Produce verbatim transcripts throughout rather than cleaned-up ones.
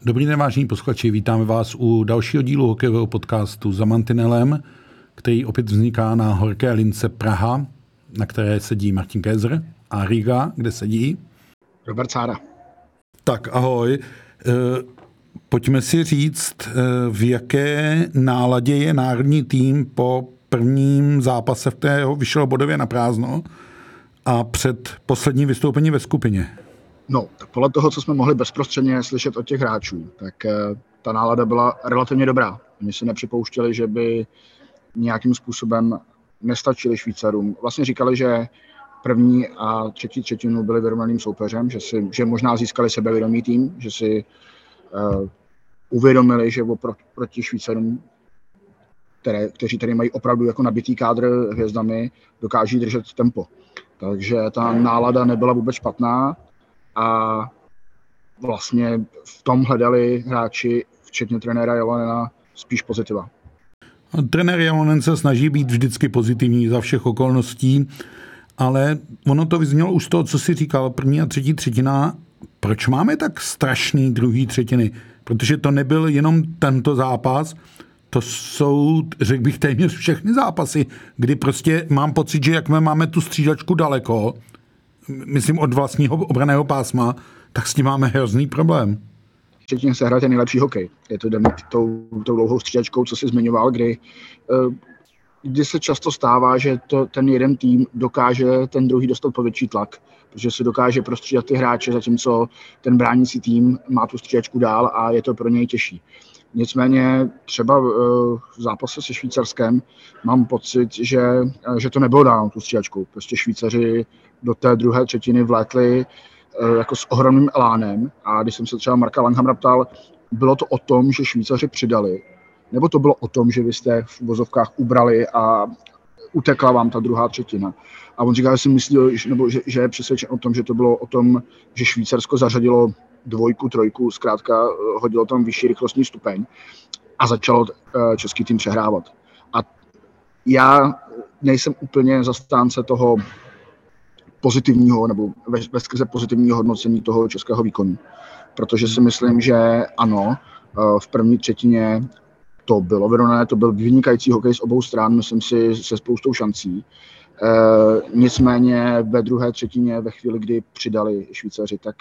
Dobrý den, vážení posluchači, vítáme vás u dalšího dílu hokejového podcastu Za mantinelem, který opět vzniká na horké lince Praha, na které sedí Martin Kézer, a Riga, kde sedí Robert Sára. Tak ahoj, pojďme si říct, v jaké náladě je národní tým po prvním zápase, v kterého vyšel bodově na prázdno a před posledním vystoupení ve skupině. No, tak podle toho, co jsme mohli bezprostředně slyšet od těch hráčů, tak eh, ta nálada byla relativně dobrá. Oni si nepřipouštěli, že by nějakým způsobem nestačili Švýcarům. Vlastně říkali, že první a třetí třetinu byli vyrovnaným soupeřem, že, si, že možná získali sebevědomý tým, že si eh, uvědomili, že oproti proti Švýcarům, které, kteří tady mají opravdu jako nabitý kádr hvězdami, dokáží držet tempo. Takže ta nálada nebyla vůbec špatná. A vlastně v tom hledali hráči, včetně trenéra Jalonena, spíš pozitiva. A trenér Jalonen se snaží být vždycky pozitivní za všech okolností, ale ono to vyznělo už z toho, co jsi říkal, první a třetí třetina. Proč máme tak strašný druhý třetiny? Protože to nebyl jenom tento zápas, to jsou, řekl bych, téměř všechny zápasy, kdy prostě mám pocit, že jak my máme tu střídačku daleko, myslím od vlastního obranného pásma, tak s tím máme hrozný problém. Třetině se hraje ten nejlepší hokej. Je to daný tou, tou dlouhou střídačkou, co jsi zmiňoval, kdy, kdy se často stává, že to, ten jeden tým dokáže ten druhý dostat po větší tlak, protože se dokáže prostřídat ty hráče, zatímco ten bránící tým má tu střídačku dál a je to pro něj těžší. Nicméně třeba v zápase se Švýcarskem mám pocit, že, že to nebylo dáno tu střídačkou. Prostě Švýcaři do té druhé třetiny vlétli jako s ohromným elánem a když jsem se třeba Marka Langhamra ptal, bylo to o tom, že Švýcaři přidali, nebo to bylo o tom, že vy jste v vozovkách ubrali a utekla vám ta druhá třetina. A on říká, že si myslí, nebo že, že je přesvědčen o tom, že to bylo o tom, že Švýcarsko zařadilo dvojku, trojku, zkrátka hodilo tam vyšší rychlostní stupeň a začalo český tým přehrávat. A já nejsem úplně zastánce toho pozitivního nebo ve skrze pozitivního hodnocení toho českého výkonu, protože si myslím, že ano, v první třetině to bylo vyrovnané, to byl vynikající hokej z obou stran, myslím si, se spoustou šancí. E, nicméně ve druhé třetině, ve chvíli, kdy přidali Švýcaři, tak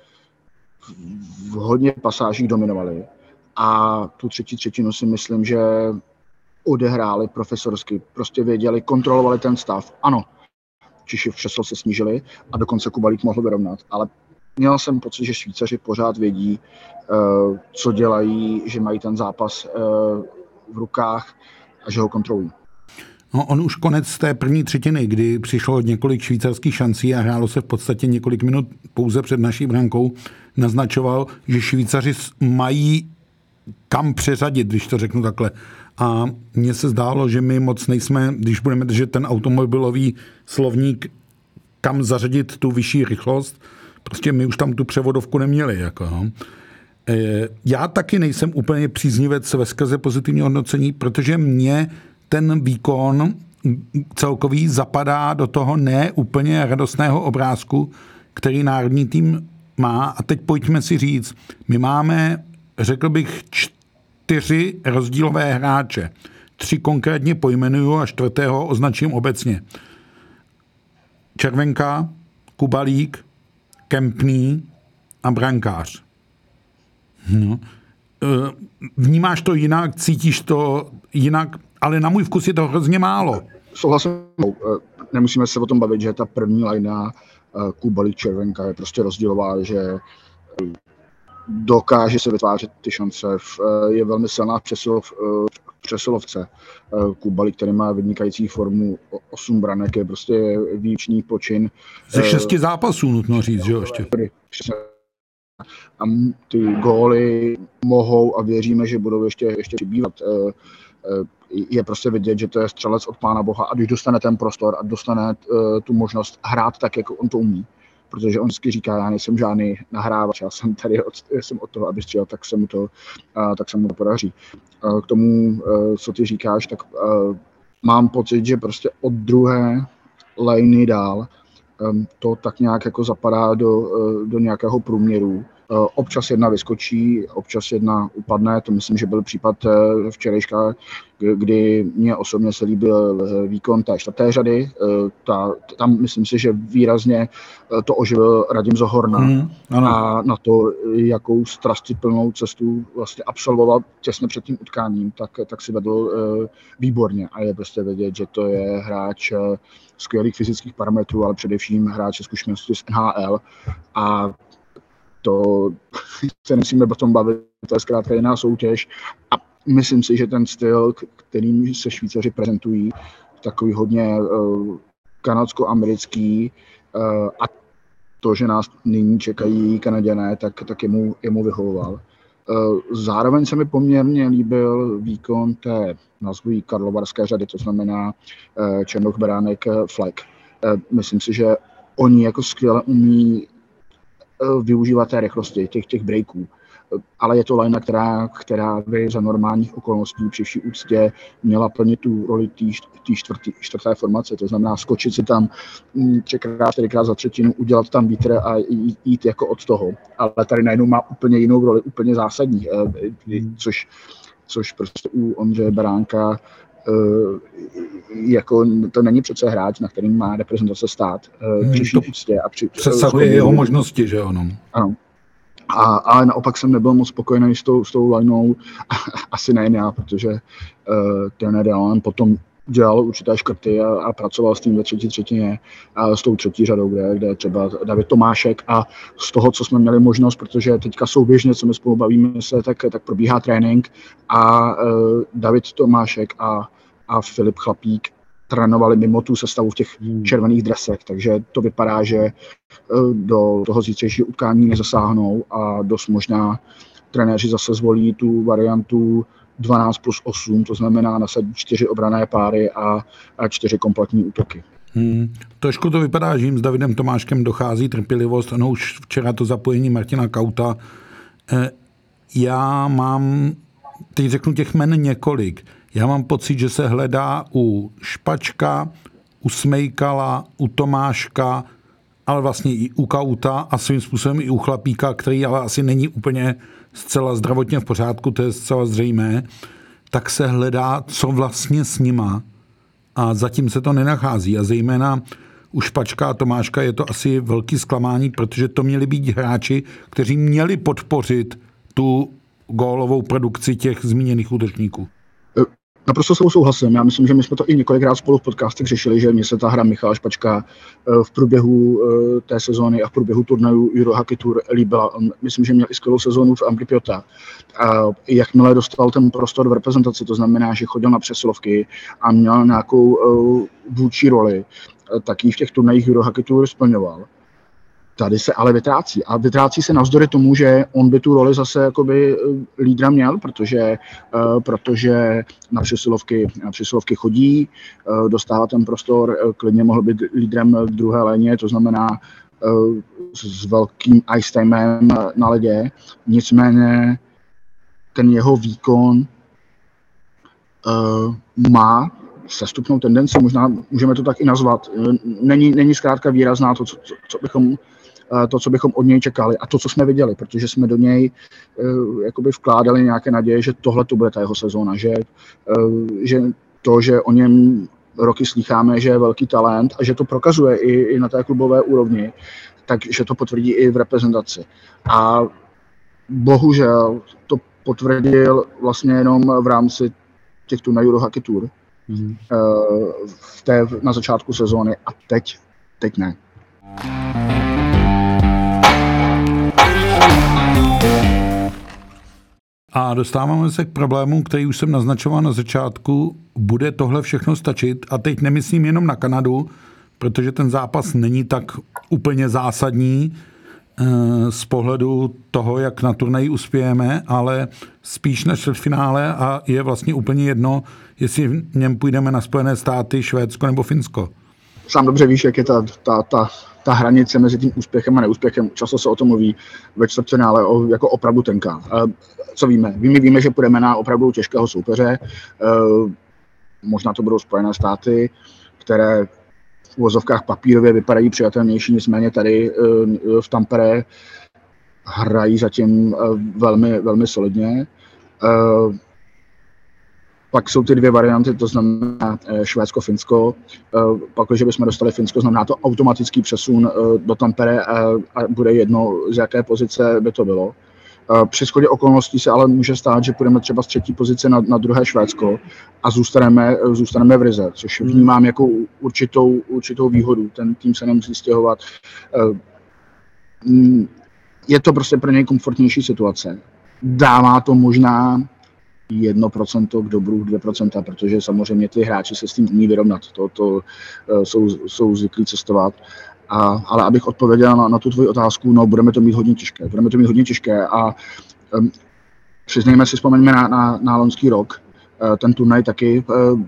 v hodně pasážích dominovali a tu třetí třetinu si myslím, že odehráli profesorsky, prostě věděli, kontrolovali ten stav. Ano, Češi v křeslo se snížili a dokonce Kubalík mohl vyrovnat, ale měl jsem pocit, že Švýcaři pořád vědí, co dělají, že mají ten zápas v rukách a že ho kontrolují. No, on už konec té první třetiny, kdy přišlo několik švýcarských šancí a hrálo se v podstatě několik minut pouze před naší brankou, naznačoval, že Švýcaři mají kam přeřadit, když to řeknu takhle. A mně se zdálo, že my moc nejsme, když budeme držet ten automobilový slovník, kam zařadit tu vyšší rychlost, prostě my už tam tu převodovku neměli. Jako, no. Já taky nejsem úplně příznivec ve skrze pozitivního hodnocení, protože mě ten výkon celkový zapadá do toho ne úplně radostného obrázku, který národní tým má. A teď pojďme si říct, my máme, řekl bych, čtyři rozdílové hráče. Tři konkrétně pojmenuju a čtvrtého označím obecně. Červenka, Kubalík, Kempný a brankář. No. Vnímáš to jinak, cítíš to jinak, ale na můj vkus je to hrozně málo. Souhlasím, nemusíme se o tom bavit, že ta první lajna Kubalík, Červenka je prostě rozdílová, že dokáže se vytvářet ty šance, je velmi silná v přesilov, přesilovce. Kubalík, který má vynikající formu, osm branek, je prostě výjimečný počin. Ze šesti zápasů nutno říct, že jo, ještě. A ty góly mohou a věříme, že budou ještě, ještě přibývat. Je prostě vidět, že to je střelec od Pána Boha a když dostane ten prostor a dostane tu možnost hrát tak, jako on to umí, protože on vždycky říká, já nejsem žádný nahrávač, já jsem tady od, jsem od toho, aby střílel, tak se mu to, tak se mu to podaří. K tomu, co ty říkáš, tak mám pocit, že prostě od druhé lejny dál to tak nějak jako zapadá do, do nějakého průměru, Občas jedna vyskočí, občas jedna upadne, to myslím, že byl případ včerejška, kdy mě osobně se líbil výkon té čtvrté řady. Ta, tam myslím si, že výrazně to oživil Radim Zohorna mm, a na to, jakou strastiplnou cestu vlastně absolvoval těsně před tím utkáním, tak, tak si vedl výborně a je prostě vědět, že to je hráč skvělých fyzických parametrů, ale především hráč se zkušeností z N H L a to se musíme o tom bavit, to je zkrátka jiná soutěž a myslím si, že ten styl, kterým se Švýcaři prezentují, takový hodně uh, kanadsko-americký uh, a to, že nás nyní čekají Kanaďané, tak, tak jemu, jemu vyhovoval. Uh, zároveň se mi poměrně líbil výkon té nazvují karlovarské řady, to znamená uh, Černoch, Beránek, Fleck. Uh, myslím si, že oni jako skvěle umí využívat té rychlosti, těch, těch breaků. Ale je to linea, která, která by za normálních okolností při vší úctě měla plnit tu roli té čtvrté formace. To znamená skočit si tam třikrát, čtyřikrát za třetinu, udělat tam vítr a jít, jít jako od toho. Ale tady najednou má úplně jinou roli, úplně zásadní, což, což prostě u Ondřeje Beránka jako to není přece hráč, na kterým má reprezentace stát hmm, při vší úctě a při přesahuje jeho možnosti, že ano. Ano. A, ale naopak jsem nebyl moc spokojený s tou, s tou lineou, asi nejen já, protože uh, trenér Dallin potom dělal určité škrty a, a pracoval s tím ve třetí třetině a s tou třetí řadou, kde, kde třeba David Tomášek a z toho, co jsme měli možnost, protože teďka souběžně, co my spolu bavíme se, tak, tak probíhá trénink a uh, David Tomášek a a Filip Chlapík trénovali mimo tu sestavu v těch červených dresech, takže to vypadá, že do toho zítřejšího utkání nezasáhnou a dost možná trenéři zase zvolí tu variantu dvanáct plus osm, to znamená nasadit čtyři obranné páry a, a čtyři kompletní útoky. Hmm. Trošku to vypadá, že jim s Davidem Tomáškem dochází trpělivost, no už včera to zapojení Martina Kauta. Já mám, teď řeknu těch jmen několik, já mám pocit, že se hledá u Špačka, u Smejkala, u Tomáška, ale vlastně i u Kauta a svým způsobem i u Chlapíka, který ale asi není úplně zcela zdravotně v pořádku, to je zcela zřejmé, tak se hledá, co vlastně s nima a zatím se to nenachází. A zejména u Špačka a Tomáška je to asi velký zklamání, protože to měli být hráči, kteří měli podpořit tu gólovou produkci těch zmíněných útočníků. Naprosto s souhlasím. Já myslím, že my jsme to i několikrát spolu v podcastech řešili, že mě se ta hra Michala Špačka v průběhu té sezóny a v průběhu turnaju Eurohockey Tour líbila. Myslím, že měl i skvělou sezónu v Ambry Piotta. A jakmile dostal ten prostor v reprezentaci, to znamená, že chodil na přesilovky a měl nějakou vůdčí roli, tak ji v těch turnajích Eurohockey Tour splňoval. Tady se ale vytrácí. A vytrácí se navzdory tomu, že on by tu roli zase jakoby lídra měl, protože, uh, protože na přesilovky, na přesilovky chodí, uh, dostává ten prostor, uh, klidně mohl být lídrem v druhé léně, to znamená uh, s velkým ice timem na ledě. Nicméně ten jeho výkon uh, má sestupnou tendenci, možná můžeme to tak i nazvat. Není, není zkrátka výrazná to, co, co bychom to, co bychom od něj čekali a to, co jsme viděli, protože jsme do něj uh, jakoby vkládali nějaké naděje, že tohle to bude ta jeho sezóna, že, uh, že to, že o něm roky slýcháme, že je velký talent a že to prokazuje i, i na té klubové úrovni, takže to potvrdí i v reprezentaci. A bohužel to potvrdil vlastně jenom v rámci těch turnajů Eurohockey Tour mm. uh, v té, na začátku sezóny a teď, teď ne. A dostáváme se k problému, který už jsem naznačoval na začátku. Bude tohle všechno stačit? A teď nemyslím jenom na Kanadu, protože ten zápas není tak úplně zásadní z pohledu toho, jak na turnaji uspějeme, ale spíš na čtvrtfinále a je vlastně úplně jedno, jestli v něm půjdeme na Spojené státy, Švédsko nebo Finsko. Sám dobře víš, jak je ta, ta, ta, ta hranice mezi tím úspěchem a neúspěchem. Často se o tom mluví ve čtvrtfinále jako opravdu tenká. Co víme? My víme, že půjdeme na opravdu těžkého soupeře. Možná to budou Spojené státy, které v uvozovkách papírově vypadají přijatelnější, nicméně tady v Tampere hrají zatím velmi, velmi solidně. Pak jsou ty dvě varianty, to znamená Švédsko, Finsko. Pak, když bychom dostali Finsko, znamená to automatický přesun do Tampere a, a bude jedno, z jaké pozice by to bylo. Při shodě okolností se ale může stát, že půjdeme třeba z třetí pozice na, na druhé Švédsko a zůstaneme, zůstaneme v Rize, což vnímám jako určitou, určitou výhodu. Ten tým se nemusí stěhovat. Je to prostě pro něj komfortnější situace. Dává to možná jedno procento k dobru, dvě procenta, protože samozřejmě ty hráči se s tím umí vyrovnat. To, to jsou, jsou zvyklí cestovat. A, ale abych odpověděl na, na tu tvoji otázku, no budeme to mít hodně těžké. Budeme to mít hodně těžké a um, přiznejme si, vzpomeňme na, na, na loňský rok. Uh, ten turnaj taky uh,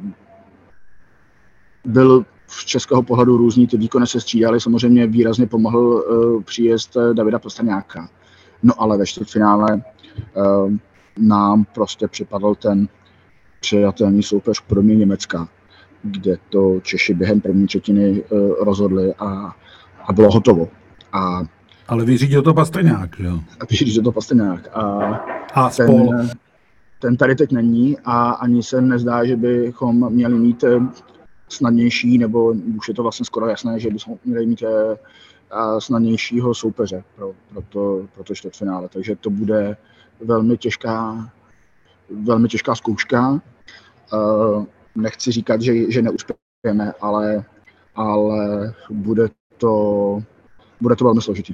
byl z českého pohledu různý, ty výkony se střídaly, samozřejmě výrazně pomohl uh, příjezd Davida Pastrňáka. No ale ve čtvrtfinále uh, nám prostě připadl ten přijatelný soupeř podobně Německa, kde to Češi během první třetiny uh, rozhodli a, a bylo hotovo. A, ale vyřídil to Pastrňák, jo? A vyřídil to Pastrňák. A, a ten, spol. ten tady teď není a ani se nezdá, že bychom měli mít snadnější, nebo už je to vlastně skoro jasné, že bychom měli mít snadnějšího soupeře pro, pro, to, pro to čtvrtfinále. Takže to bude velmi těžká, velmi těžká zkouška. Nechci říkat, že, že neuspějeme, ale, ale bude to, bude to velmi složitý.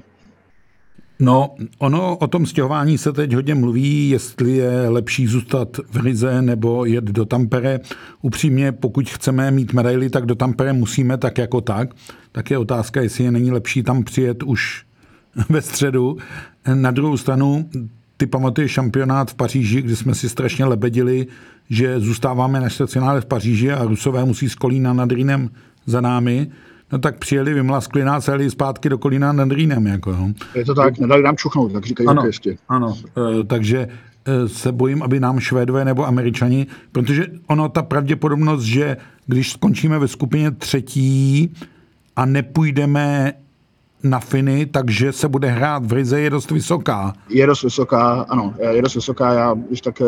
No, ono o tom stěhování se teď hodně mluví, jestli je lepší zůstat v Rize nebo jet do Tampere. Upřímně, pokud chceme mít medaili, tak do Tampere musíme tak jako tak. Tak je otázka, jestli je není lepší tam přijet už ve středu. Na druhou stranu, ty pamatuješ šampionát v Paříži, kdy jsme si strašně lebedili, že zůstáváme na čtvrtfinále v Paříži a Rusové musí z Kolína nad Rýnem za námi. No tak přijeli, vymlaskli nás a jeli zpátky do Kolína nad Rýnem. Jako, no. Je to tak, nedali nám čuchnout, tak říkají ano, ještě. Ano, e, takže e, se bojím, aby nám Švédové nebo Američani, protože ono, ta pravděpodobnost, že když skončíme ve skupině třetí a nepůjdeme na Finy, takže se bude hrát v Rize, je dost vysoká. Je dost vysoká, ano, je dost vysoká. Já když tak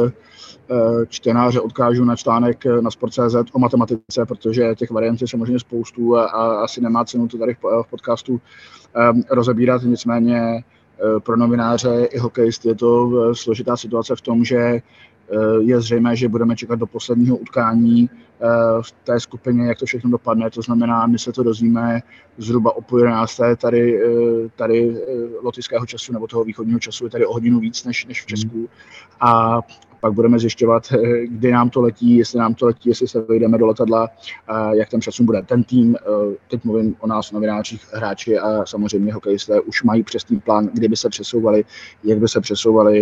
čtenáře odkážu na článek na sport tečka cé zet o matematice, protože těch variant je samozřejmě spoustu a, a asi nemá cenu to tady v, v podcastu um, rozebírat. Nicméně uh, pro novináře i hokejisty je to uh, složitá situace v tom, že uh, je zřejmé, že budeme čekat do posledního utkání uh, v té skupině, jak to všechno dopadne. To znamená, my se to dozvíme zhruba o půl jedenácté tady, uh, tady uh, lotyšského času nebo toho východního času je tady o hodinu víc než, než v Česku. A pak budeme zjišťovat, kdy nám to letí, jestli nám to letí, jestli se vejdeme do letadla, jak ten přesun bude. Ten tým, teď mluvím o nás, novinářích, hráči a samozřejmě hokejisté, už mají přesný plán, kdy by se přesouvali, jak by se přesouvali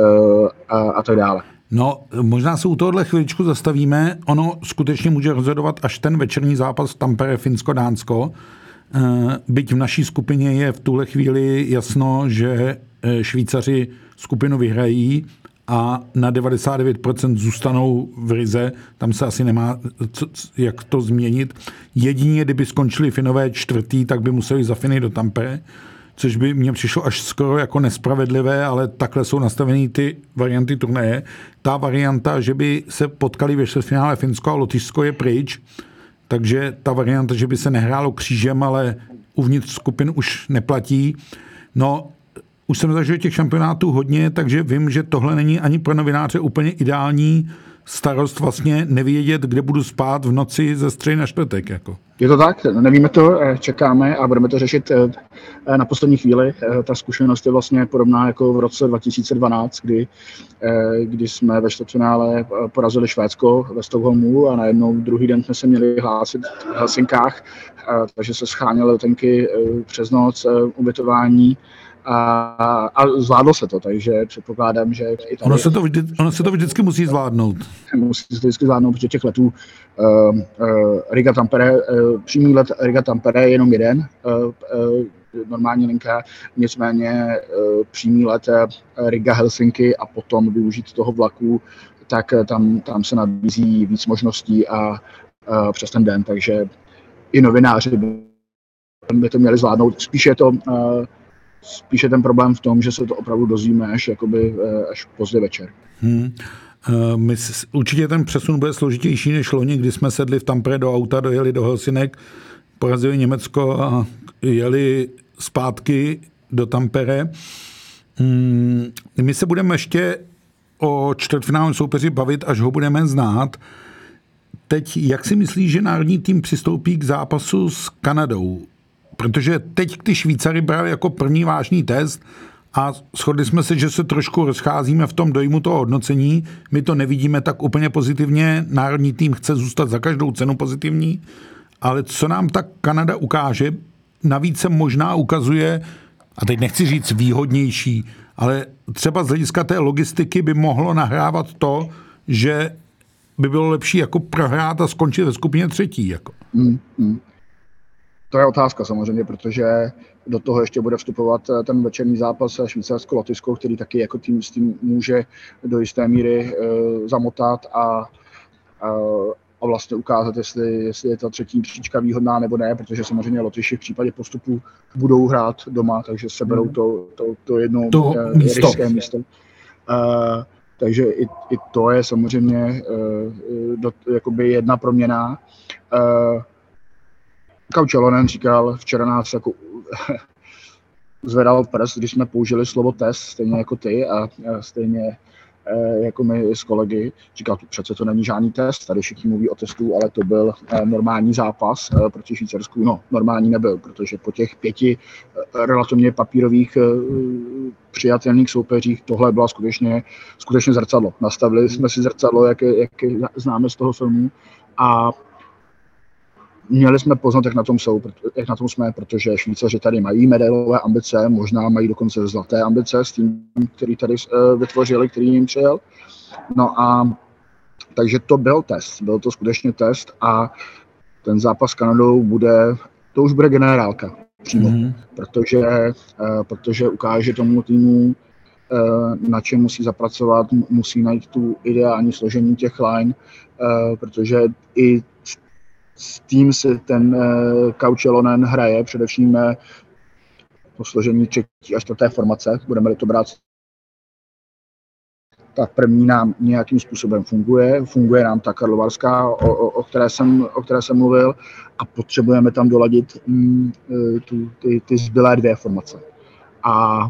a, a tak dále. No, možná se u tohohle chviličku zastavíme. Ono skutečně může rozhodovat až ten večerní zápas Tampere, Finsko, Dánsko. Byť v naší skupině je v tuhle chvíli jasno, že Švýcaři skupinu vyhrají a na devadesát devět procent zůstanou v Rize, tam se asi nemá co, jak to změnit. Jedině, kdyby skončili Finové čtvrtý, tak by museli za Finy do Tampere, což by mně přišlo až skoro jako nespravedlivé, ale takhle jsou nastaveny ty varianty turnaje. Ta varianta, že by se potkali ve čtvrtfinále Finsko a Lotyšsko je pryč, takže ta varianta, že by se nehrálo křížem, ale uvnitř skupin už neplatí. No, už jsem zažil těch šampionátů hodně, takže vím, že tohle není ani pro novináře úplně ideální starost vlastně nevědět, kde budu spát v noci ze středy na čtvrtek. Jako. Je to tak, nevíme to, čekáme a budeme to řešit na poslední chvíli. Ta zkušenost je vlastně podobná jako v roce dva tisíce dvanáct, kdy, kdy jsme ve čtvrtfinále porazili Švédsko ve Stockholmu a najednou druhý den jsme se měli hlásit v Helsinkách, takže se scháněly letenky přes noc, ubytování. A, a zvládlo se to, takže předpokládám, že... Ono se, to vždy, ono se to vždycky musí zvládnout. Musí se to vždycky zvládnout, protože těch letů uh, uh, Riga Tampere, uh, přímý let Riga Tampere je jenom jeden, uh, uh, normální linka, nicméně uh, přímý let uh, Riga Helsinki a potom využít toho vlaku, tak uh, tam, tam se nabízí víc možností a uh, přes ten den, takže i novináři by to měli zvládnout. Spíš je to uh, spíše ten problém v tom, že se to opravdu dozvíme až, jakoby, až pozdě večer. Hmm. My, určitě ten přesun bude složitější než loni, kdy jsme sedli v Tampere do auta, dojeli do Helsinek, porazili Německo a jeli zpátky do Tampere. My se budeme ještě o čtvrtfinálovém soupeři bavit, až ho budeme znát. Teď, jak si myslíš, že národní tým přistoupí k zápasu s Kanadou? Protože teď ty Švýcary brali jako první vážný test a shodli jsme se, že se trošku rozcházíme v tom dojmu toho hodnocení. My to nevidíme tak úplně pozitivně. Národní tým chce zůstat za každou cenu pozitivní, ale co nám ta Kanada ukáže, navíc se možná ukazuje, a teď nechci říct výhodnější, ale třeba z hlediska té logistiky by mohlo nahrávat to, že by bylo lepší jako prohrát a skončit ve skupině třetí. Jako. Mm, mm. To je otázka samozřejmě, protože do toho ještě bude vstupovat ten večerní zápas Švýcarsko-Lotyšsko, který taky jako tým s tím může do jisté míry uh, zamotat a, uh, a vlastně ukázat, jestli, jestli je ta třetí příčka výhodná nebo ne, protože samozřejmě Lotyši v případě postupu budou hrát doma, takže seberou to, to, to jedno to místo. ryské místo. Uh, takže i, i to je samozřejmě uh, do, jakoby jedna proměna. Uh, Kauč Jalonen říkal, včera nás jako zvedal prst, když jsme použili slovo test, stejně jako ty a, a stejně e, jako my s kolegy. Říkal, přece to není žádný test, tady všichni mluví o testu, ale to byl e, normální zápas e, proti Švýcarsku. No, normální nebyl, protože po těch pěti e, relativně papírových e, přijatelných soupeřích tohle bylo skutečně, skutečně zrcadlo. Nastavili jsme si zrcadlo, jak, jak známe z toho filmu a měli jsme poznat, jak na tom jsou, jak na tom jsme, protože Švýcaři tady mají medailové ambice, možná mají dokonce zlaté ambice s tím, který tady uh, vytvořili, který jim přijel. No a takže to byl test, byl to skutečně test a ten zápas s Kanadou bude, to už bude generálka přímo, mm. protože, uh, protože ukáže tomu týmu, uh, na čem musí zapracovat, musí najít tu ideální složení těch line, uh, protože i s tím si ten uh, Kauč Jalonen hraje, především uh, po složení třetí a čtvrté formace, budeme-li to brát. Ta první nám nějakým způsobem funguje, funguje nám ta karlovarská, o, o, o, které, jsem, o které jsem mluvil, a potřebujeme tam doladit mm, tu, ty, ty zbylé dvě formace. A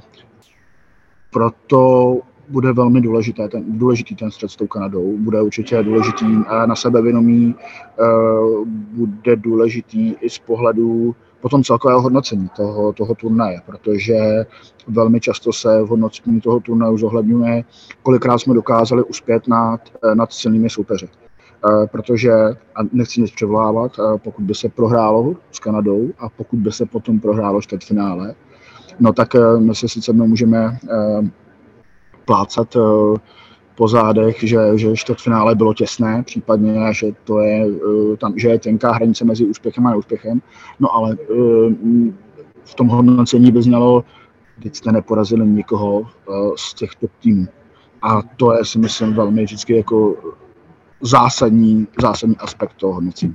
proto bude velmi důležité, ten, důležitý ten střed s tou Kanadou, bude určitě důležitý na sebevědomí, bude důležitý i z pohledu potom celkového hodnocení toho, toho turnaje, protože velmi často se v hodnocení toho turnaje zohledňuje, kolikrát jsme dokázali uspět nad, nad silnými soupeři. Protože, a nechci nic převolávat, pokud by se prohrálo s Kanadou a pokud by se potom prohrálo čtvrtfinále, no tak my se sice můžeme plácat po zádech, že, že čtvrtfinále bylo těsné, případně, že to je tam, že je tenká hranice mezi úspěchem a neúspěchem. No ale v tom hodnocení by znělo, teď jste neporazili nikoho z těch top týmů. A to je, si myslím, velmi vždycky jako zásadní, zásadní aspekt toho hodnocení.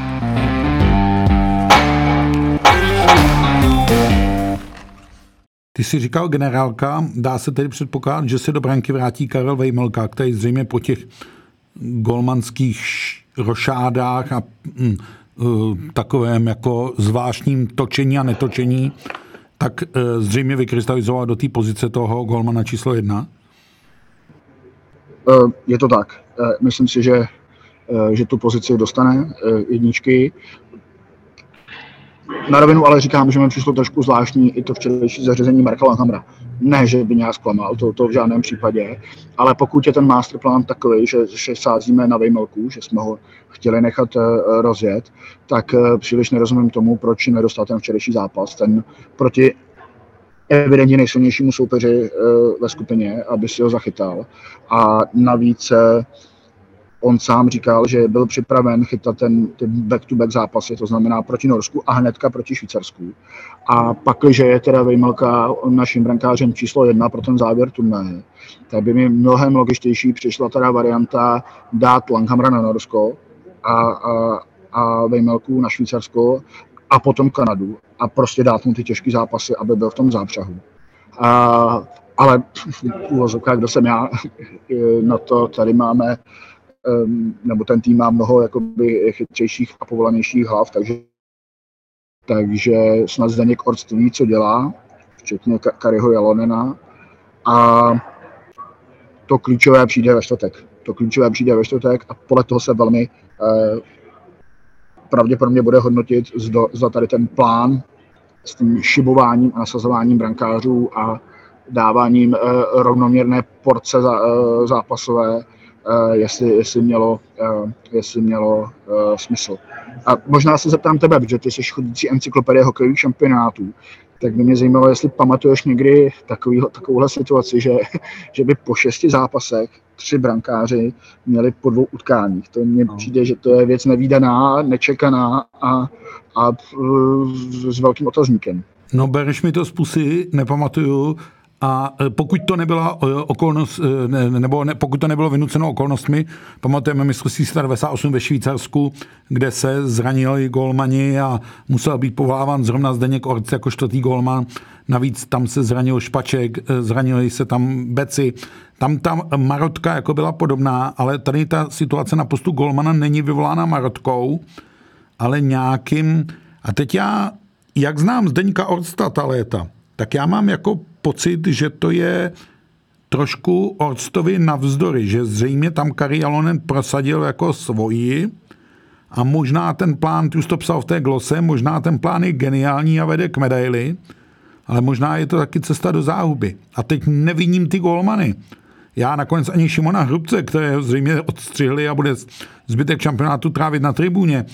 Ty jsi říkal generálka, dá se tedy předpokládat, že se do branky vrátí Karel Vejmelka, který zřejmě po těch golmanských rošádách a mm, uh, takovém jako zvláštním točení a netočení, tak uh, zřejmě vykrystalizoval do té pozice toho golmana číslo jedna? Uh, je to tak. Uh, myslím si, že, uh, že tu pozici dostane uh, jedničky. Na rovinu ale říkám, že mi přišlo trošku zvláštní i to včerejší zařazení Marka Langhamra. Ne, že by nějak zklamal, to, to v žádném případě, ale pokud je ten masterplan takový, že, že sázíme na Vejmelku, že jsme ho chtěli nechat uh, rozjet, tak uh, příliš nerozumím tomu, proč nedostal ten včerejší zápas, ten proti evidentně nejsilnějšímu soupeři uh, ve skupině, aby si ho zachytal. A navíc uh, on sám říkal, že byl připraven chytat ten, ty back-to-back zápasy, to znamená proti Norsku a hnedka proti Švýcarsku. A pak, že je teda Vejmelka naším brankářem číslo jedna pro ten závěr turnaje, tak by mi mnohem logičtější přišla teda varianta dát Langhamra na Norsko a, a, a Vejmelku na Švýcarsko a potom Kanadu a prostě dát mu ty těžké zápasy, aby byl v tom zápřahu. A, ale v úvozovkách, kdo jsem já, na to tady máme, nebo ten tým má mnoho jakoby chytřejších a povolanějších hlav, takže, takže snad Zdeněk Orst ví, co dělá, včetně Kariho Jalonena, a to klíčové přijde ve čtvrtek. To klíčové přijde ve čtvrtek a podle toho se velmi eh, pravděpodobně bude hodnotit, zda, zda tady ten plán s tím šibováním a nasazováním brankářů a dáváním eh, rovnoměrné porce za, eh, zápasové, eh, jestli, jestli mělo, eh, jestli mělo eh, smysl. A možná se zeptám tebe, protože ty jsi chodící encyklopedie hokejových šampionátů, tak by mě zajímalo, jestli pamatuješ někdy takovýho, takovouhle situaci, že, že by po šesti zápasech tři brankáři měli po dvou utkáních. To mně no. přijde, že to je věc nevídaná, nečekaná a, a s velkým otazníkem. No, bereš mi to z pusy, nepamatuju. A pokud to nebyla okolnost, ne, nebo ne, pokud to nebylo vynuceno okolnostmi, pamatujeme mistrovství světa devadesát osm ve Švýcarsku, kde se zranili gólmani a musel být povoláván zrovna Zdeněk Orc jako čtvrtý gólman. Navíc tam se zranil Špaček, zranili se tam Beci. Tam ta marotka jako byla podobná, ale tady ta situace na postu gólmana není vyvolána marotkou, ale nějakým... A teď já, jak znám Zdeňka Orsta ta léta, tak já mám jako pocit, že to je trošku Orstovi navzdory, že zřejmě tam Kari Jalonen prosadil jako svoji a možná ten plán, ty už to psal v té glose, možná ten plán je geniální a vede k medaili, ale možná je to taky cesta do záhuby. A teď neviním ty gólmany. Já nakonec ani Šimona Hrubce, které zřejmě odstřihli a bude zbytek šampionátu trávit na tribuně,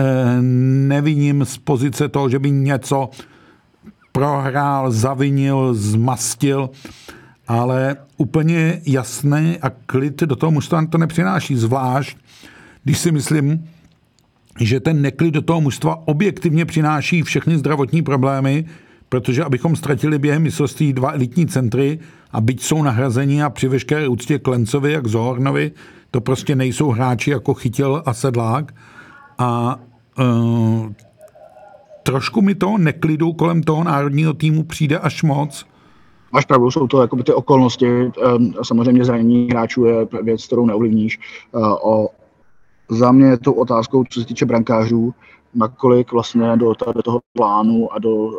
neviním z pozice toho, že by něco prohrál, zavinil, zmastil, ale úplně jasný a klid do toho mužstva to nepřináší. Zvlášť, když si myslím, že ten neklid do toho mužstva objektivně přináší všechny zdravotní problémy, protože abychom ztratili během mistrovství dva elitní centry a byť jsou nahrazeni a při veškeré úctě k Lencovi a k Zohornovi, to prostě nejsou hráči jako Chytil a Sedlák. A uh, trošku mi toho neklidu kolem toho národního týmu přijde až moc. Máš pravdu, jsou to jakoby ty okolnosti. Samozřejmě zranění hráčů je věc, kterou neovlivníš. O, za mě je tou otázkou, co se týče brankářů, nakolik vlastně do, do toho plánu a do,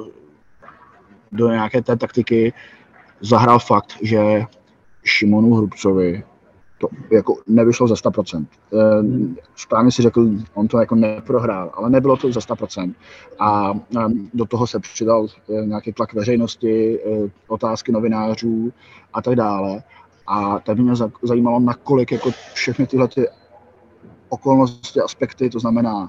do nějaké té taktiky zahrál fakt, že Šimonu Hrubcovi to jako nevyšlo za sto procent. Správně si řekl, on to jako neprohrál, ale nebylo to za sto procent. A do toho se přidal nějaký tlak veřejnosti, otázky novinářů a tak dále. A tak by mě zajímalo, nakolik jako všechny tyhle ty okolnosti, aspekty, to znamená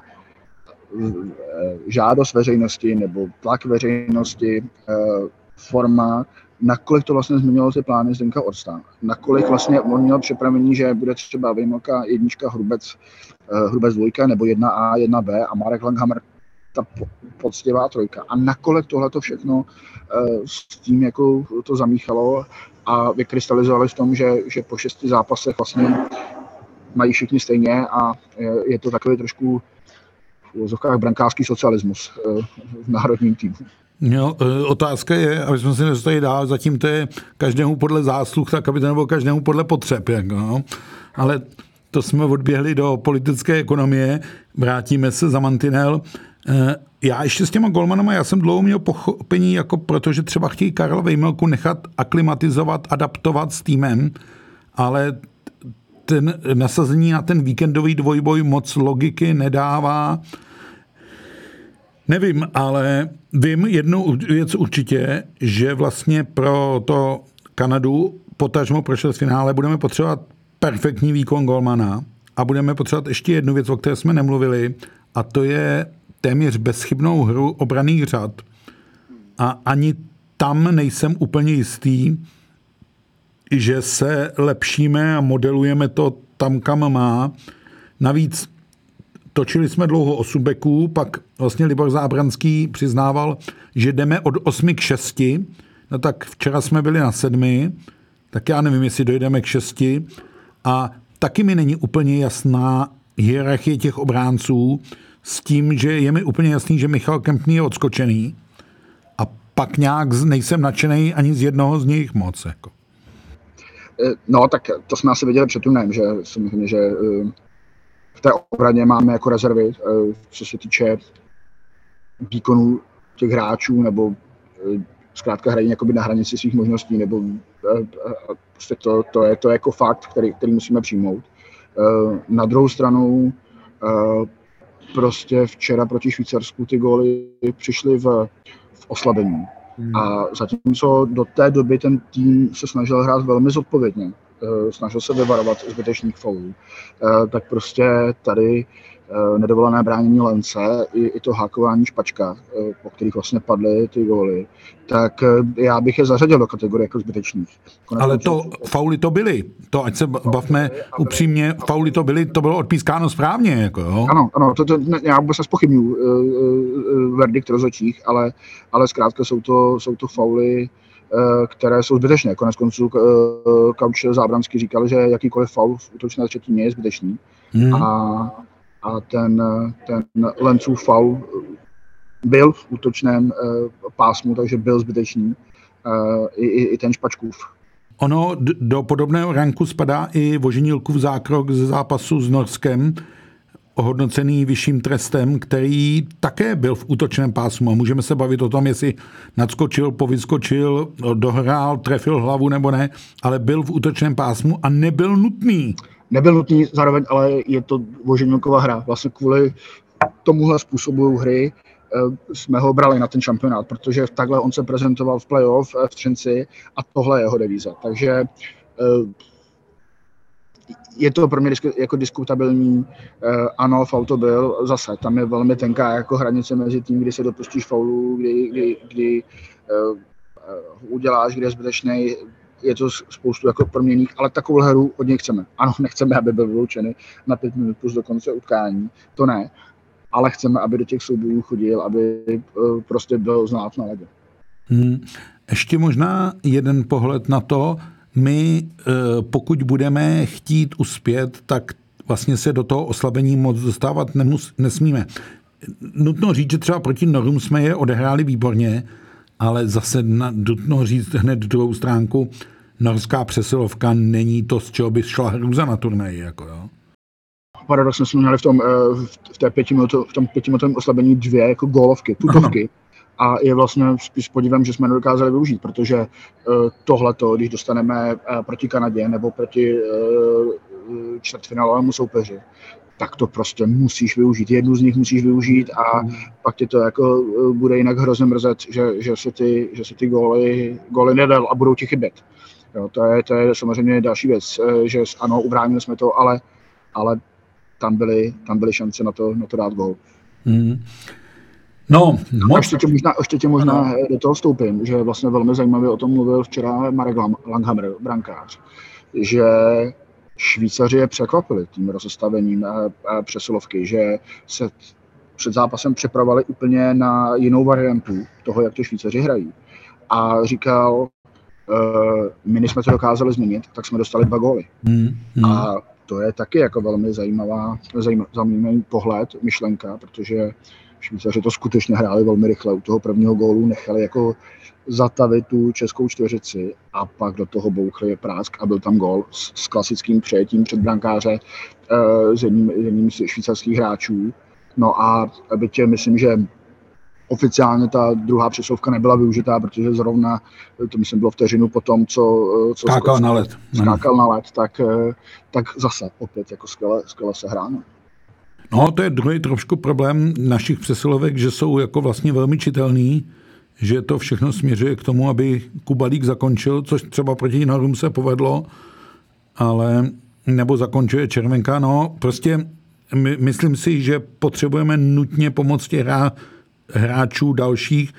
žádost veřejnosti nebo tlak veřejnosti, forma, nakolik to vlastně změnilo ty plány Zdeňka Orsta. Nakolik vlastně on měl připravení, že bude třeba výjimka jednička Hrubec, Hrubec dvojka nebo jedna A, jedna B a Marek Langhammer ta poctivá trojka. A nakolik tohleto všechno s tím jako to zamíchalo a vykrystalizovali v tom, že, že po šesti zápasech vlastně mají všichni stejně a je to takový trošku v uvozovkách brankářský socialismus v národním týmu. Jo, otázka je, aby jsme si nedostali dál, zatím to je každému podle zásluh, tak aby to nebylo každému podle potřeb. Jako, no. Ale to jsme odběhli do politické ekonomie, vrátíme se za mantinel. Já ještě s těma golmanama, já jsem dlouho měl pochopení, jako protože třeba chtějí Karla Vejmelku nechat aklimatizovat, adaptovat s týmem, ale ten nasazení na ten víkendový dvojboj moc logiky nedává. Nevím, ale vím jednu věc určitě, že vlastně pro to Kanadu potažmo pro čtvrtfinále budeme potřebovat perfektní výkon golmana a budeme potřebovat ještě jednu věc, o které jsme nemluvili, a to je téměř bezchybnou hru obranných řad. A ani tam nejsem úplně jistý, že se lepšíme a modelujeme to tam, kam má. Navíc točili jsme dlouho osm beků, pak vlastně Libor Zábranský přiznával, že jdeme od osmi k šesti, no tak včera jsme byli na sedmi, tak já nevím, jestli dojdeme k šesti a taky mi není úplně jasná hierarchie těch obránců. s tím, že je mi úplně jasný, že Michal Kempný je odskočený a pak nějak nejsem nadšený ani z jednoho z nich moc. Jako. No, tak to jsme asi viděli před turnajem, že samozřejmě, že v té obraně máme jako rezervy, co se týče výkonů těch hráčů, nebo zkrátka hrají jakoby na hranici svých možností, nebo prostě to, to, je, to je jako fakt, který, který musíme přijmout. Na druhou stranu prostě včera proti Švýcarsku ty góly přišly v, v oslabení. Hmm. A zatímco do té doby ten tým se snažil hrát velmi zodpovědně, snažil se vyvarovat zbytečných faulů, tak prostě tady nedovolené bránění Lence i, i to hákování Špačka, po kterých vlastně padly ty góly, tak já bych je zařadil do kategorie jako zbytečných. Konec Ale to fauly to byly, to ať se bavme upřímně, fauly to byly, to bylo odpískáno správně. Jako, jo? Ano, ano, to, to, ne, já vůbec nespochybnuju uh, uh, verdikt rozhodčích, ale, ale zkrátka jsou to, jsou to fauly, uh, které jsou zbytečné. Konec konců uh, Kauč Zábranský říkal, že jakýkoliv faul v útočné třetině je zbytečný. Hmm. A A ten, ten Lencův faul byl v útočném uh, pásmu, takže byl zbytečný. Uh, i, i ten Špačkův. Ono d- do podobného ranku spadá i Voženílkův zákrok ze zápasu s Norskem, ohodnocený vyšším trestem, který také byl v útočném pásmu. A můžeme se bavit o tom, jestli nadskočil, povyskočil, dohrál, trefil hlavu nebo ne, ale byl v útočném pásmu a nebyl nutný. Nebyl nutný zároveň, ale je to Voženílkova hra. Vlastně kvůli tomuhle způsobu hry jsme ho brali na ten šampionát, protože takhle on se prezentoval v playoff v Třinci a tohle je jeho devíza. Takže je to pro mě jako diskutabilní. Ano, faul to byl, zase tam je velmi tenká jako hranice mezi tím, kdy se dopustíš faulu, kdy, kdy, kdy uh, uděláš, kdy je zbytečnej. Je to spoustu jako proměnných, ale takovou hru od něj chceme. Ano, nechceme, aby byl vyloučený na pět minut plus do konce utkání, to ne. Ale chceme, aby do těch soubojů chodil, aby uh, prostě byl znát na ledě. Hmm. Ještě možná jeden pohled na to, my pokud budeme chtít uspět, tak vlastně se do toho oslabení moc dostávat nemus, nesmíme. Nutno říct, že třeba proti Norům jsme je odehráli výborně, ale zase nutno říct hned druhou stránku, norská přesilovka není to, z čeho by šla hrůza na turnaji. Jako, jo. Paradoxně jsme měli v tom, v té pětiminutovém, v tom pětiminutovém oslabení dvě jako gólovky, tutovky. Ano. A je vlastně spíš podívem, že jsme nedokázali využít, protože uh, tohleto, když dostaneme uh, proti Kanadě nebo proti uh, čtvrtfinálovému soupeři, tak to prostě musíš využít. Jednu z nich musíš využít a mm. pak ti to jako uh, bude jinak hrozně mrzet, že, že si ty, že si ty góly, góly nedal a budou ti chybět. Jo, to, je, to je samozřejmě další věc, uh, že ano, ubránili jsme to, ale, ale tam byly, tam byly šance na to, na to dát gól. Mm. No, moc... ještě, tě možná, ještě tě možná do toho vstoupím, že vlastně velmi zajímavě o tom mluvil včera Marek Langhammer, brankář, že Švýcaři je překvapili tím rozestavením přesilovky, že se před zápasem připravovali úplně na jinou variantu toho, jak to Švýcaři hrají. A říkal, my než jsme to dokázali změnit, tak jsme dostali dva góly. Hmm, hmm. A to je taky jako velmi zajímavá, zajímavý pohled, myšlenka, protože Švýcaři to skutečně hráli velmi rychle. U toho prvního gólu nechali jako zatavit tu českou čtveřici a pak do toho bouchli prásk a byl tam gól s, s klasickým přejetím před brankáře uh, s jedním, jedním z švýcarských hráčů. No a byť myslím, že oficiálně ta druhá přesilovka nebyla využitá, protože zrovna, to myslím bylo vteřinu po tom, co, co skákal na led, skákal na led tak, tak zase opět jako skvěle, skvěle se hráno. No, to je druhý trošku problém našich přesilovek, že jsou jako vlastně velmi čitelný, že to všechno směřuje k tomu, aby Kubalík zakončil, což třeba proti Norům se povedlo, ale nebo zakončuje Červenka. No, prostě my, myslím si, že potřebujeme nutně pomoc těch hra, hráčů dalších.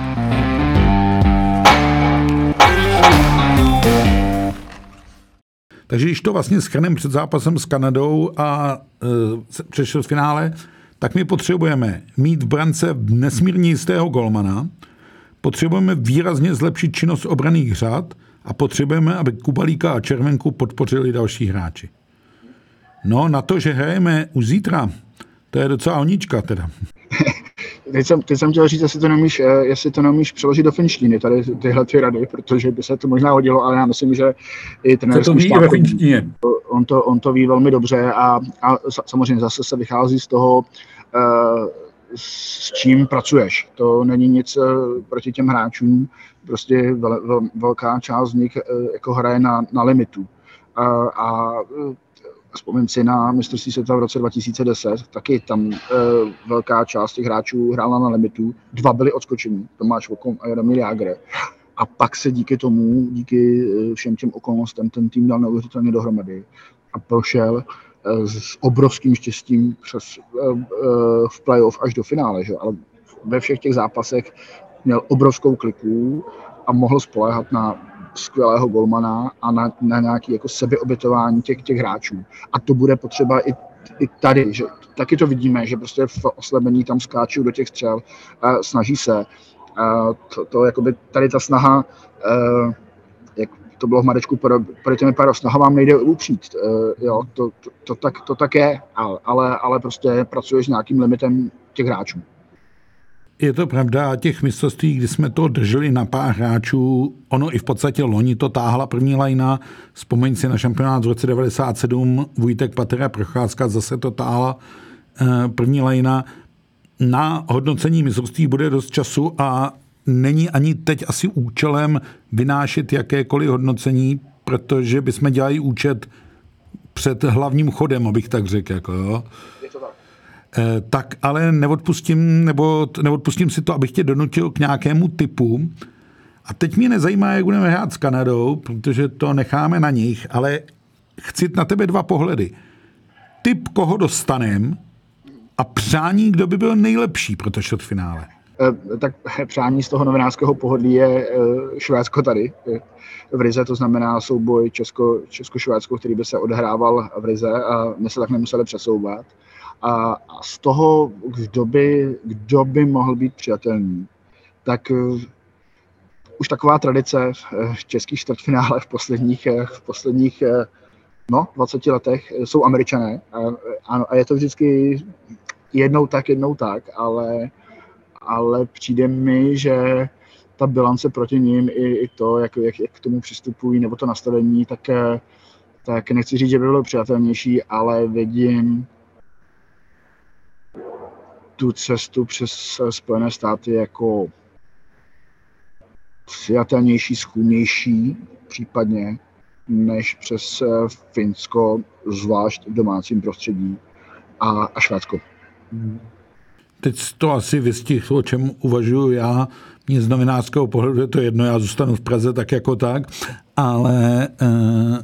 Takže když to vlastně shrneme před zápasem s Kanadou a e, přešel v finále, tak my potřebujeme mít v brance nesmírně jistého golmana, potřebujeme výrazně zlepšit činnost obranných řad a potřebujeme, aby Kubalíka a Červenku podpořili další hráči. No na to, že hrajeme už zítra To je docela onička teda. Teď jsem, teď jsem chtěl říct, jestli to nemíš, jestli to nemíš přeložit do finštiny, tady tyhle ty rady, protože by se to možná hodilo, ale já myslím, že i trenérský štáb, on to, on to ví velmi dobře a, a samozřejmě zase se vychází z toho, s čím pracuješ. To není nic proti těm hráčům, prostě vel, vel, velká část z nich jako hraje na, na limitu. A, a vzpomín si na mistrovství světa v roce dva tisíce deset, taky tam e, velká část těch hráčů hrála na limitu, dva byli odskočení, Tomáš Vokom a Jaromír Jágr. A pak se díky tomu, díky všem těm okolnostem, ten tým dal neuvěřitelně dohromady a prošel e, s obrovským štěstím přes e, e, v playoff až do finále, že? Ale ve všech těch zápasech měl obrovskou kliku a mohl spoléhat na skvělého golmana a na, na nějaké jako sebeobětování těch, těch hráčů. A to bude potřeba i, i tady, že taky to vidíme, že prostě v oslabení tam skáčou do těch střel, a snaží se. A to, to jakoby tady ta snaha, uh, jak to bylo v Marečku, pro těmi pár snaha vám nejde upřít. Uh, jo, to, to, to, tak, to tak je, ale, ale prostě pracuješ s nějakým limitem těch hráčů. Je to pravda, těch mistrovství, kdy jsme to drželi na pár hráčů, ono i v podstatě loni to táhla první lajna, vzpomeň si na šampionát v roce devadesát sedm, Vojtek Patera Procházka, zase to táhla první lajna. Na hodnocení mistrovství bude dost času a není ani teď asi účelem vynášet jakékoliv hodnocení, protože bychom dělali účet před hlavním chodem, abych tak řekl. Jako, jo. Tak ale neodpustím, nebo neodpustím si to, abych tě donutil k nějakému typu. A teď mě nezajímá, jak budeme hrát s Kanadou, protože to necháme na nich, ale chci na tebe dva pohledy. Typ, koho dostanem a přání, kdo by byl nejlepší pro to čtvrtfinále. Tak přání z toho novinářského pohodlí je Švédsko tady v Rize, to znamená souboj Česko, Česko-Švédsko, který by se odehrával v Rize a my se tak nemuseli přesouvat. A z toho, kdo by, kdo by mohl být přijatelný, tak už taková tradice v českých čtvrtfinále v posledních, v posledních no, dvaceti letech jsou Američané. A, a je to vždycky jednou tak, jednou tak, ale, ale přijde mi, že ta bilance proti ním i, i to, jak, jak, jak k tomu přistupují, nebo to nastavení, tak, tak nechci říct, že by bylo přijatelnější, ale vidím tu cestu přes Spojené státy jako přijatelnější, schůdnější případně, než přes Finsko, zvlášť v domácím prostředí a, a Švédsko. Teď to asi vystihl, o čem uvažuji já. Mně z novinářského pohledu je to jedno, já zůstanu v Praze tak jako tak, ale eh,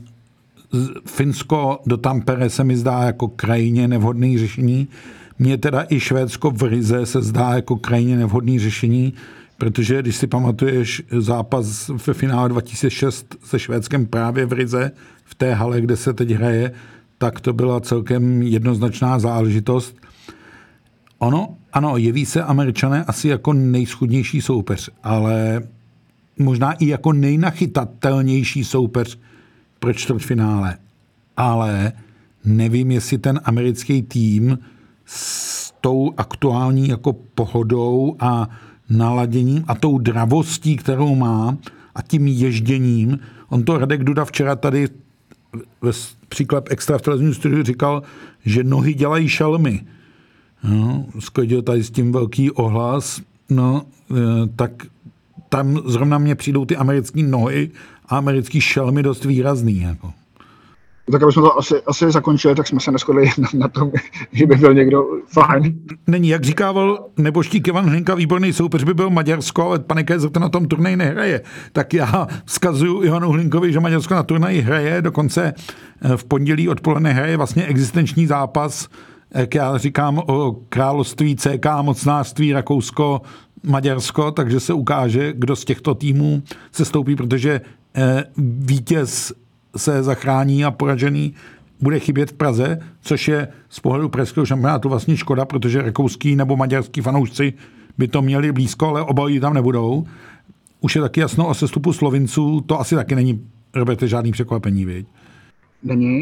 Finsko do Tampere se mi zdá jako krajně nevhodné řešení. Mně teda i Švédsko v Rize se zdá jako krajně nevhodné řešení, protože když si pamatuješ zápas ve finále dva tisíce šest se Švédskem právě v Rize, v té hale, kde se teď hraje, tak to byla celkem jednoznačná záležitost. Ono, ano, jeví se Američané asi jako nejschudnější soupeř, ale možná i jako nejnachytatelnější soupeř pro čtvrtfinále. Ale nevím, jestli ten americký tým s tou aktuální jako pohodou a naladěním a tou dravostí, kterou má a tím ježděním. On to Radek Duda včera tady ve příklad extra v televizním studiu říkal, že nohy dělají šelmy. No, sklidil tady s tím velký ohlas, no, tak tam zrovna mně přijdou ty americké nohy a americký šelmy dost výrazný. Jako. Tak abychom to asi, asi zakončili, tak jsme se neshodli na, na tom, že by byl někdo fajn. Není, jak říkával neboštík Ivan Hlinka, výborný soupeř by byl Maďarsko, ale pane Kézer to na tom turnaji nehraje. Tak já vzkazuju Ivanu Hlinkovi, že Maďarsko na turnaji hraje, dokonce v pondělí odpoledne hraje vlastně existenční zápas, jak já říkám, o království C K, mocnářství Rakousko, Maďarsko, takže se ukáže, kdo z těchto týmů se stoupí, protože vítěz se zachrání a poražený bude chybět v Praze, což je z pohledu pražského šampionátu vlastně škoda, protože rakouský nebo maďarský fanoušci by to měli blízko, ale oba tam nebudou. Už je taky jasno o sestupu Slovinců, to asi taky není, Roberte, žádný překvapení, viď? Není.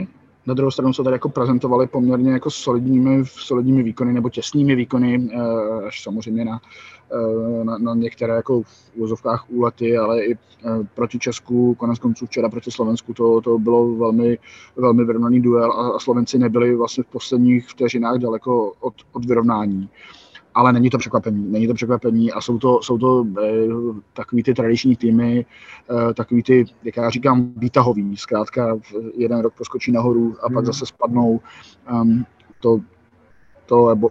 Na druhou stranu se tady jako prezentovali poměrně jako solidními, solidními výkony nebo těsnými výkony, až samozřejmě na, na, na některé jako v úvozovkách úlety, ale i proti Česku, konec konců včera proti Slovensku, to, to bylo velmi, velmi vyrovnaný duel a Slovenci nebyli vlastně v posledních vteřinách daleko od, od vyrovnání. Ale není to překvapení, není to překvapení a jsou to, jsou to eh, takový ty tradiční týmy, eh, takový ty, jak já říkám, výtahový, zkrátka jeden rok poskočí nahoru a hmm. pak zase spadnou. Um, to, to nebo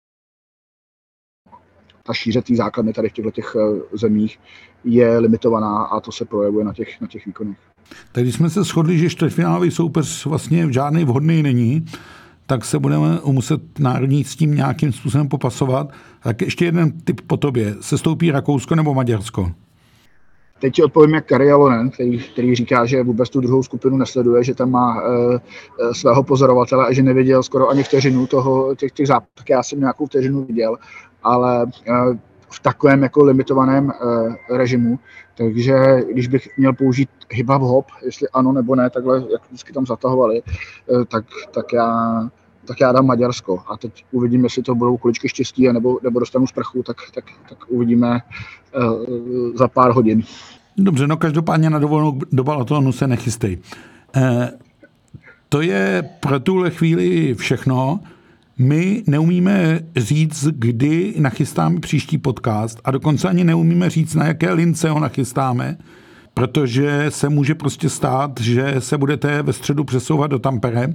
ta šíře té základny tady v těchto těch zemích je limitovaná a to se projevuje na těch, na těch výkonech. Tak když jsme se shodli, že čtvrtfinálový soupeř vlastně žádný vhodný není, tak se budeme muset národní s tím nějakým způsobem popasovat. Tak ještě jeden tip po tobě. Sestoupí Rakousko nebo Maďarsko? Teď ti odpovím jak Kari Jalonen, který, který říká, že vůbec tu druhou skupinu nesleduje, že tam má e, e, svého pozorovatele a že neviděl skoro ani vteřinu toho, těch, těch zápasů. Tak já jsem nějakou vteřinu viděl, ale e, v takovém jako limitovaném e, režimu. Takže když bych měl použít hyba v hop, jestli ano nebo ne, takhle jak vždycky tam zatahovali, e, tak, tak já... tak já dám Maďarsko. A teď uvidím, jestli to budou kuličky štěstí, nebo, nebo dostanu sprchu, tak, tak, tak uvidíme uh, za pár hodin. Dobře, no každopádně na dovolenou do Balatonu se nechystej. Eh, to je pro tuhle chvíli všechno. My neumíme říct, kdy nachystáme příští podcast a dokonce ani neumíme říct, na jaké lince ho nachystáme, protože se může prostě stát, že se budete ve středu přesouvat do Tampere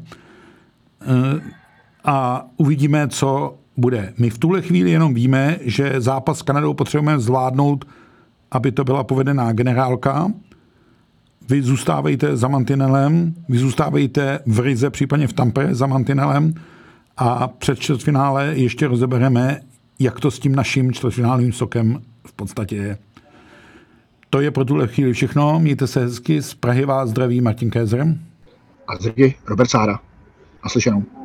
a uvidíme, co bude. My v tuhle chvíli jenom víme, že zápas s Kanadou potřebujeme zvládnout, aby to byla povedená generálka. Vy zůstávejte za mantinelem, vy zůstávejte v Rize, případně v Tampere za mantinelem a před čtvrtfinále ještě rozebereme, jak to s tím naším čtvrtfinálovým sokem v podstatě je. To je pro tuhle chvíli všechno. Mějte se hezky. Z Prahy vás zdraví Martin Kézer. A z Rigy Robert Sára. Naslyšenou.